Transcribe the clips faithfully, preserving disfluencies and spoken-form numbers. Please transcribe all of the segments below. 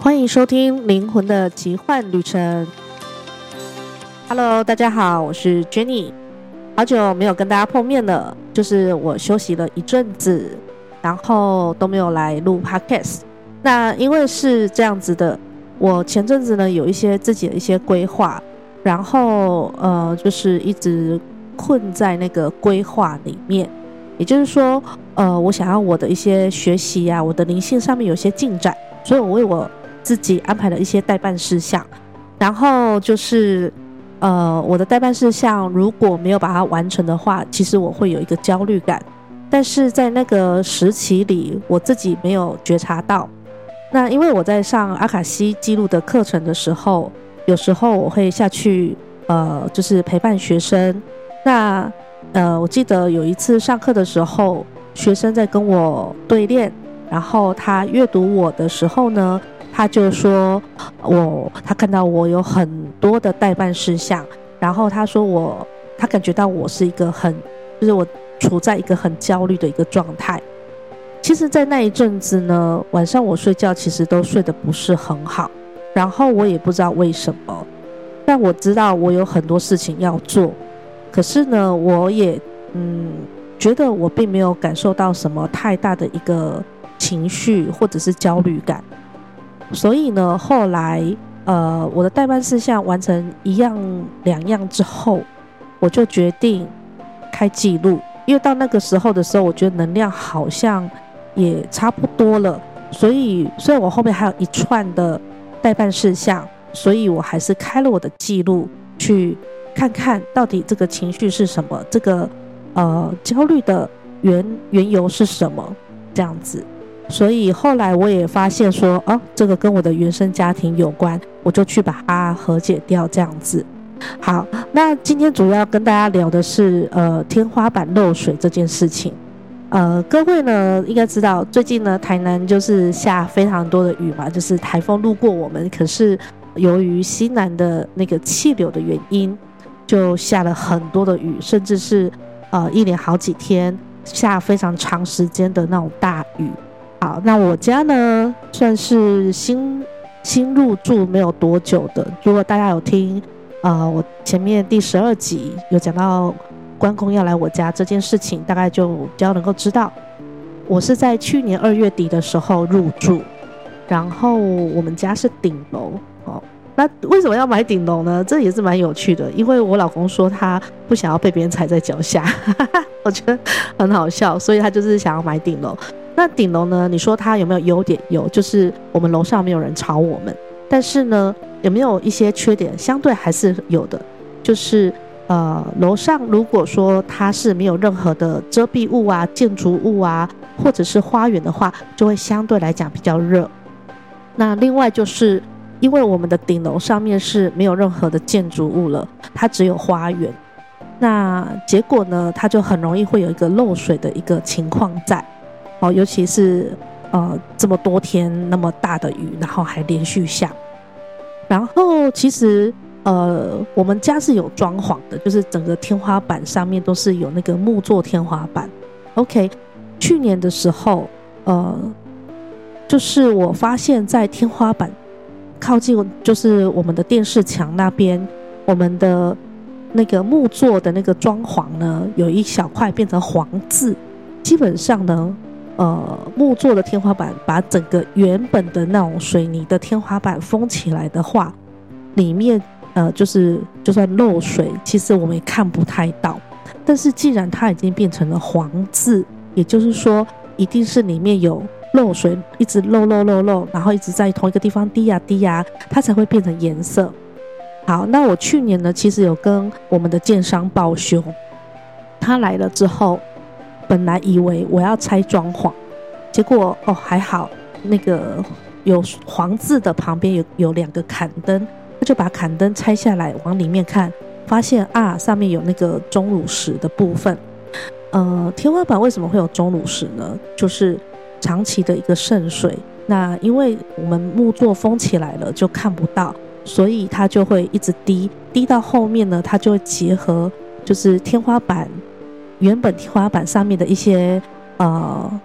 欢迎收听灵魂的奇幻旅程。Hello， 大家好，我是 Jenny， 好久没有跟大家碰面了，就是我休息了一阵子，然后都没有来录 Podcast。那因为是这样子的，我前阵子呢有一些自己的一些规划，然后呃就是一直困在那个规划里面，也就是说呃我想要我的一些学习啊，我的灵性上面有些进展，所以我为我自己安排了一些代办事项，然后就是呃我的代办事项如果没有把它完成的话，其实我会有一个焦虑感，但是在那个时期里我自己没有觉察到。那因为我在上阿卡西记录的课程的时候，有时候我会下去呃就是陪伴学生，那呃我记得有一次上课的时候，学生在跟我对练，然后他阅读我的时候呢，他就说我他看到我有很多的代办事项，然后他说我他感觉到我是一个很就是我处在一个很焦虑的一个状态。其实在那一阵子呢，晚上我睡觉其实都睡得不是很好，然后我也不知道为什么，但我知道我有很多事情要做，可是呢我也嗯觉得我并没有感受到什么太大的一个情绪或者是焦虑感。所以呢后来呃我的代办事项完成一样两样之后，我就决定开记录，因为到那个时候的时候，我觉得能量好像也差不多了，所以虽然我后面还有一串的代办事项，所以我还是开了我的记录，去看看到底这个情绪是什么，这个呃焦虑的缘缘由是什么，这样子。所以后来我也发现说，哦，这个跟我的原生家庭有关，我就去把它和解掉，这样子。好，那今天主要跟大家聊的是呃天花板漏水这件事情。呃，各位呢应该知道，最近呢台南就是下非常多的雨嘛，就是台风路过我们，可是由于西南的那个气流的原因，就下了很多的雨，甚至是呃一连好几天下非常长时间的那种大雨。好，那我家呢算是新新入住没有多久的，如果大家有听呃我前面第十二集有讲到关公要来我家这件事情，大概就比较能够知道，我是在去年二月底的时候入住，然后我们家是顶楼。哦，那为什么要买顶楼呢？这也是蛮有趣的，因为我老公说他不想要被别人踩在脚下我觉得很好笑，所以他就是想要买顶楼。那顶楼呢，你说它有没有优点？有，就是我们楼上没有人吵我们，但是呢有没有一些缺点？相对还是有的，就是呃，楼上如果说它是没有任何的遮蔽物啊、建筑物啊，或者是花园的话，就会相对来讲比较热。那另外就是因为我们的顶楼上面是没有任何的建筑物了，它只有花园，那结果呢，它就很容易会有一个漏水的一个情况在。哦，尤其是呃这么多天那么大的雨，然后还连续下。然后其实呃，我们家是有装潢的，就是整个天花板上面都是有那个木作天花板。OK， 去年的时候，呃，就是我发现在天花板靠近就是我们的电视墙那边，我们的那个木作的那个装潢呢，有一小块变成黄字。基本上呢，呃，木作的天花板把整个原本的那种水泥的天花板封起来的话，里面呃，就是就算漏水，其实我们也看不太到。但是既然它已经变成了黄字，也就是说，一定是里面有漏水，一直漏漏漏漏，然后一直在同一个地方滴呀滴呀，它才会变成颜色。好，那我去年呢，其实有跟我们的建商报修，他来了之后，本来以为我要拆装潢，结果哦还好，那个有黄字的旁边有有两个砍灯。他就把砍灯拆下来往里面看，发现啊上面有那个钟乳石的部分。呃，天花板为什么会有钟乳石呢？就是长期的一个渗水，那因为我们木作封起来了就看不到，所以它就会一直滴滴到后面呢，它就会结合就是天花板原本天花板上面的一些呃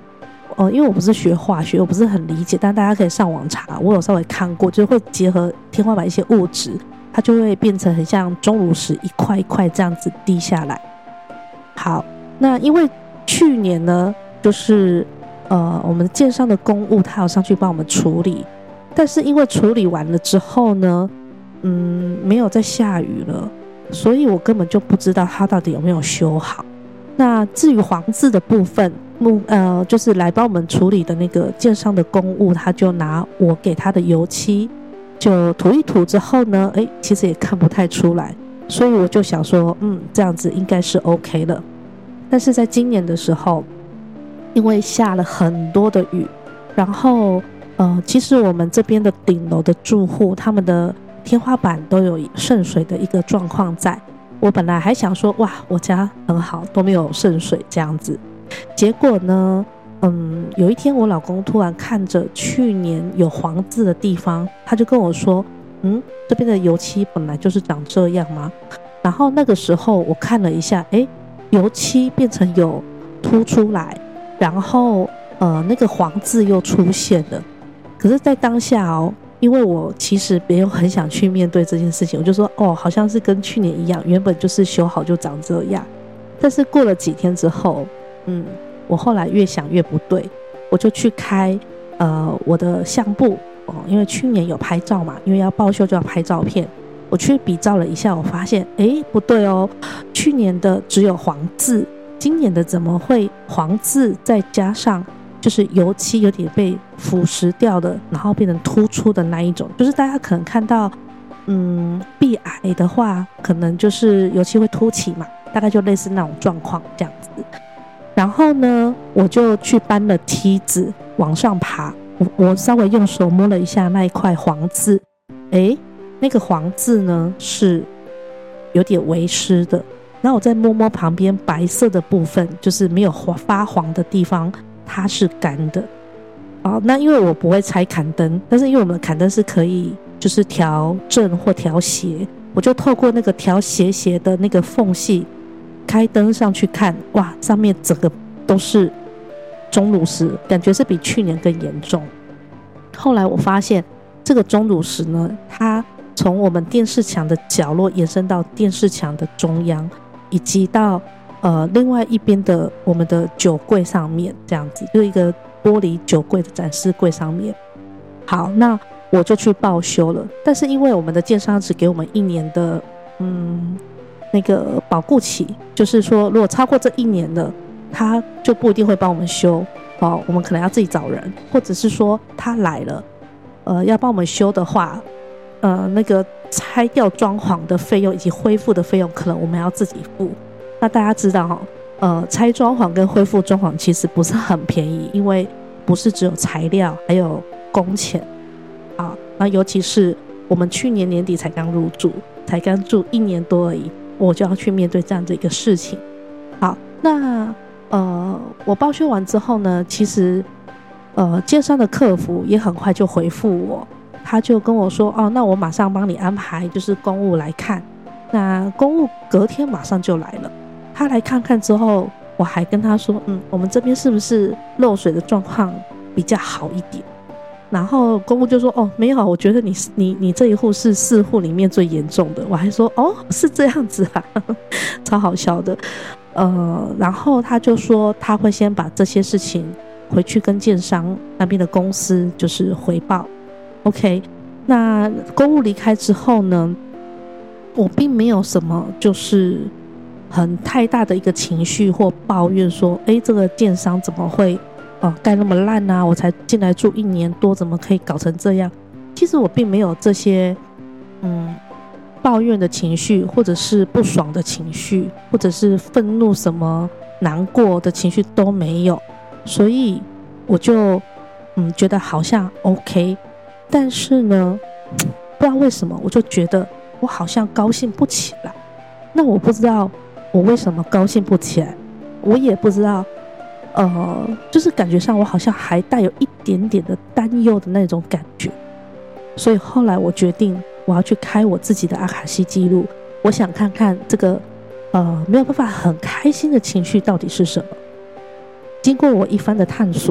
呃，因为我不是学化学，我不是很理解，但大家可以上网查，我有稍微看过，就是会结合天花板一些物质，它就会变成很像钟乳石一块一块这样子滴下来。好，那因为去年呢，就是呃我们建商的公务他有上去帮我们处理，但是因为处理完了之后呢，嗯，没有再下雨了，所以我根本就不知道它到底有没有修好。那至于黄字的部分，呃，就是来帮我们处理的那个建商的公务，他就拿我给他的油漆就涂一涂之后呢，哎，其实也看不太出来，所以我就想说，嗯，这样子应该是 OK 了。但是在今年的时候，因为下了很多的雨，然后呃，其实我们这边的顶楼的住户，他们的天花板都有渗水的一个状况在。我本来还想说，哇，我家很好，都没有渗水这样子。结果呢，嗯，有一天我老公突然看着去年有黄字的地方，他就跟我说，嗯，这边的油漆本来就是长这样吗？然后那个时候我看了一下，诶，油漆变成有凸出来，然后呃那个黄字又出现了。可是在当下哦，因为我其实没有很想去面对这件事情，我就说哦，好像是跟去年一样，原本就是修好就长这样。但是过了几天之后，嗯，我后来越想越不对，我就去开呃我的相簿哦，因为去年有拍照嘛，因为要报修就要拍照片，我去比照了一下，我发现诶不对哦，去年的只有黄字，今年的怎么会黄字再加上就是油漆有点被腐蚀掉的，然后变成突出的那一种，就是大家可能看到嗯壁癌的话，可能就是油漆会凸起嘛，大概就类似那种状况这样子。然后呢，我就去搬了梯子往上爬，我我稍微用手摸了一下那一块黄字，诶，那个黄字呢是有点微湿的，然后我再摸摸旁边白色的部分，就是没有发黄的地方，它是干的。哦，那因为我不会拆砍灯，但是因为我们的砍灯是可以就是调正或调斜，我就透过那个调斜斜的那个缝隙开灯上去看，哇，上面整个都是钟乳石，感觉是比去年更严重。后来我发现这个钟乳石呢，它从我们电视墙的角落延伸到电视墙的中央，以及到呃另外一边的我们的酒柜上面，这样子就一个玻璃酒柜的展示柜上面。好，那我就去报修了，但是因为我们的建商只给我们一年的嗯那个保固期，就是说如果超过这一年了，他就不一定会帮我们修哦，我们可能要自己找人，或者是说他来了呃要帮我们修的话，呃那个拆掉装潢的费用以及恢复的费用可能我们要自己付。那大家知道哦，呃拆装潢跟恢复装潢其实不是很便宜，因为不是只有材料，还有工钱啊。那尤其是我们去年年底才刚入住，才刚住一年多而已，我就要去面对这样的一个事情。好，那呃我报修完之后呢，其实呃建商的客服也很快就回复我，他就跟我说，哦，那我马上帮你安排就是公务来看。那公务隔天马上就来了，他来看看之后，我还跟他说，嗯，我们这边是不是漏水的状况比较好一点？然后公务就说，哦，没有，我觉得你你你这一户是四户里面最严重的。我还说，哦，是这样子啊，超好笑的。呃，然后他就说他会先把这些事情回去跟建商那边的公司就是回报。OK， 那公务离开之后呢，我并没有什么就是很太大的一个情绪或抱怨说，哎，这个建商怎么会哦，盖那么烂啊！我才进来住一年多，怎么可以搞成这样？其实我并没有这些嗯抱怨的情绪，或者是不爽的情绪，或者是愤怒什么难过的情绪都没有，所以我就嗯觉得好像 OK。但是呢，不知道为什么，我就觉得我好像高兴不起来。那我不知道我为什么高兴不起来，我也不知道。呃，就是感觉上我好像还带有一点点的担忧的那种感觉，所以后来我决定我要去开我自己的阿卡西记录，我想看看这个呃没有办法很开心的情绪到底是什么。经过我一番的探索，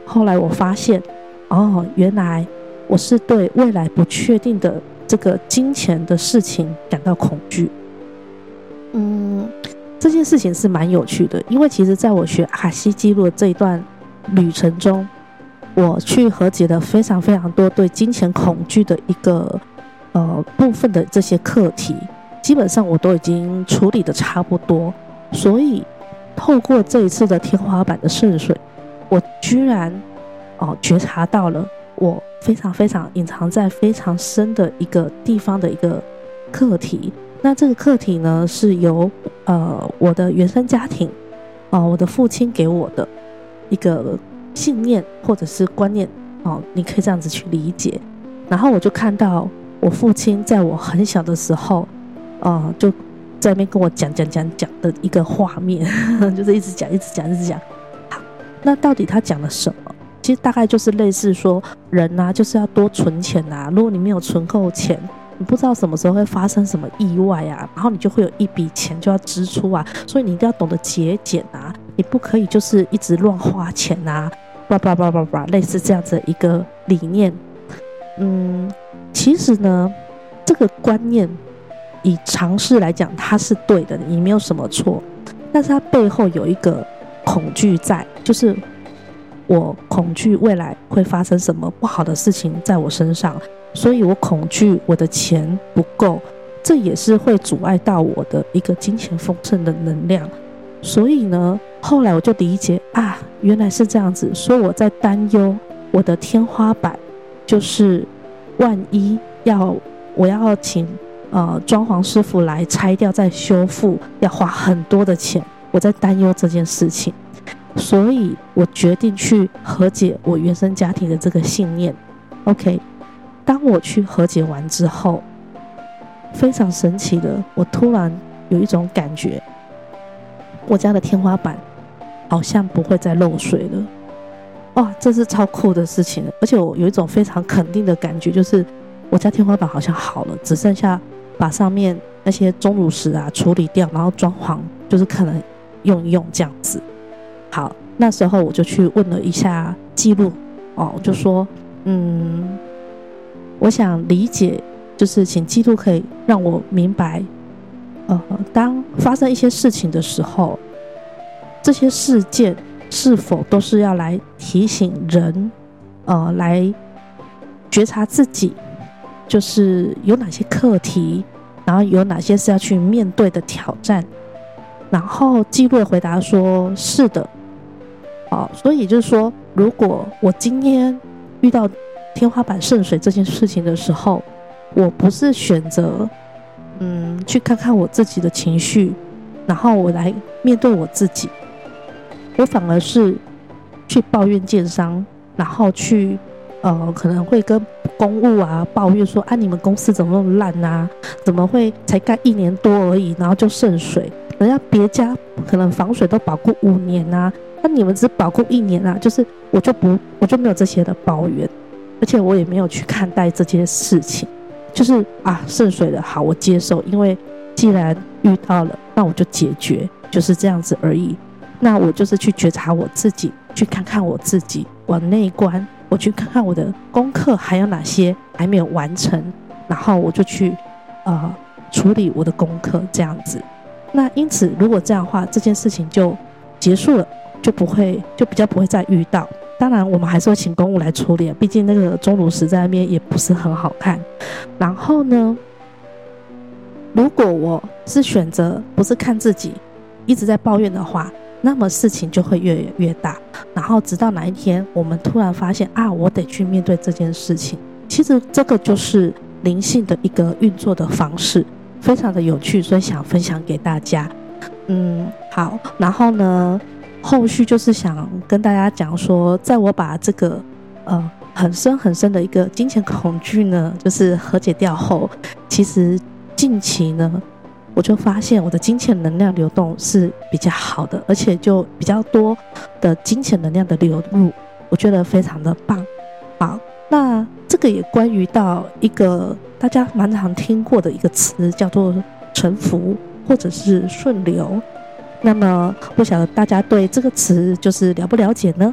后来我发现，哦，原来我是对未来不确定的这个金钱的事情感到恐惧。嗯，这件事情是蛮有趣的，因为其实在我学阿卡西记录的这一段旅程中，我去和解了非常非常多对金钱恐惧的一个呃部分的这些课题，基本上我都已经处理的差不多。所以透过这一次的天花板的渗水，我居然哦觉察到了我非常非常隐藏在非常深的一个地方的一个课题。那这个课题呢，是由呃我的原生家庭哦、呃，我的父亲给我的一个信念或者是观念哦，你可以这样子去理解。然后我就看到我父亲在我很小的时候，呃，就在那边跟我讲讲讲讲的一个画面，就是一直讲一直讲一直讲。好，那到底他讲了什么？其实大概就是类似说，人啊就是要多存钱啊，如果你没有存够钱，你不知道什么时候会发生什么意外啊，然后你就会有一笔钱就要支出啊，所以你一定要懂得节俭啊，你不可以就是一直乱花钱啊，叭叭叭叭叭，类似这样子的一个理念。嗯，其实呢，这个观念以常识来讲，它是对的，你没有什么错，但是它背后有一个恐惧在，就是我恐惧未来会发生什么不好的事情在我身上，所以我恐惧我的钱不够，这也是会阻碍到我的一个金钱丰盛的能量。所以呢，后来我就理解啊，原来是这样子，所以我在担忧我的天花板，就是万一要我要请呃装潢师傅来拆掉再修复，要花很多的钱，我在担忧这件事情。所以我决定去和解我原生家庭的这个信念。 OK， 当我去和解完之后，非常神奇的，我突然有一种感觉，我家的天花板好像不会再漏水了。哇，这是超酷的事情，而且我有一种非常肯定的感觉，就是我家天花板好像好了，只剩下把上面那些钟乳石啊处理掉，然后装潢就是可能用一用这样子。好，那时候我就去问了一下记录哦，就说嗯，我想理解，就是请记录可以让我明白，呃，当发生一些事情的时候，这些事件是否都是要来提醒人，呃，来觉察自己，就是有哪些课题，然后有哪些是要去面对的挑战。然后记录回答说是的。哦，所以就是说，如果我今天遇到天花板渗水这件事情的时候，我不是选择嗯去看看我自己的情绪，然后我来面对我自己，我反而是去抱怨建商，然后去呃可能会跟公务啊抱怨说啊，你们公司怎么那么烂啊，怎么会才盖一年多而已，然后就渗水，人家别家可能防水都保固五年啊，那你们只保固一年啊，就是我就不我就没有这些的抱怨，而且我也没有去看待这件事情，就是啊渗水了，好，我接受，因为既然遇到了，那我就解决，就是这样子而已。那我就是去觉察我自己，去看看我自己，往内观，我去看看我的功课还有哪些还没有完成，然后我就去呃处理我的功课，这样子。那因此，如果这样的话，这件事情就结束了，就不会就比较不会再遇到。当然，我们还是会请公务来处理，毕竟那个钟乳石在那边也不是很好看。然后呢，如果我是选择不是看自己，一直在抱怨的话，那么事情就会越来越大。然后直到哪一天，我们突然发现啊，我得去面对这件事情。其实这个就是灵性的一个运作的方式。非常的有趣，所以想分享给大家。嗯，好，然后呢，后续就是想跟大家讲说，在我把这个呃很深很深的一个金钱恐惧呢，就是和解掉后，其实近期呢，我就发现我的金钱能量流动是比较好的，而且就比较多的金钱能量的流入，我觉得非常的棒。好，那这个也关于到一个大家蛮常听过的一个词，叫做臣服或者是顺流。那么不晓得大家对这个词就是了不了解呢？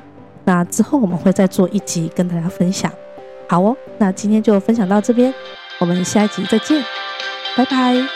那之后我们会再做一集跟大家分享。好哦，那今天就分享到这边，我们下一集再见，拜拜。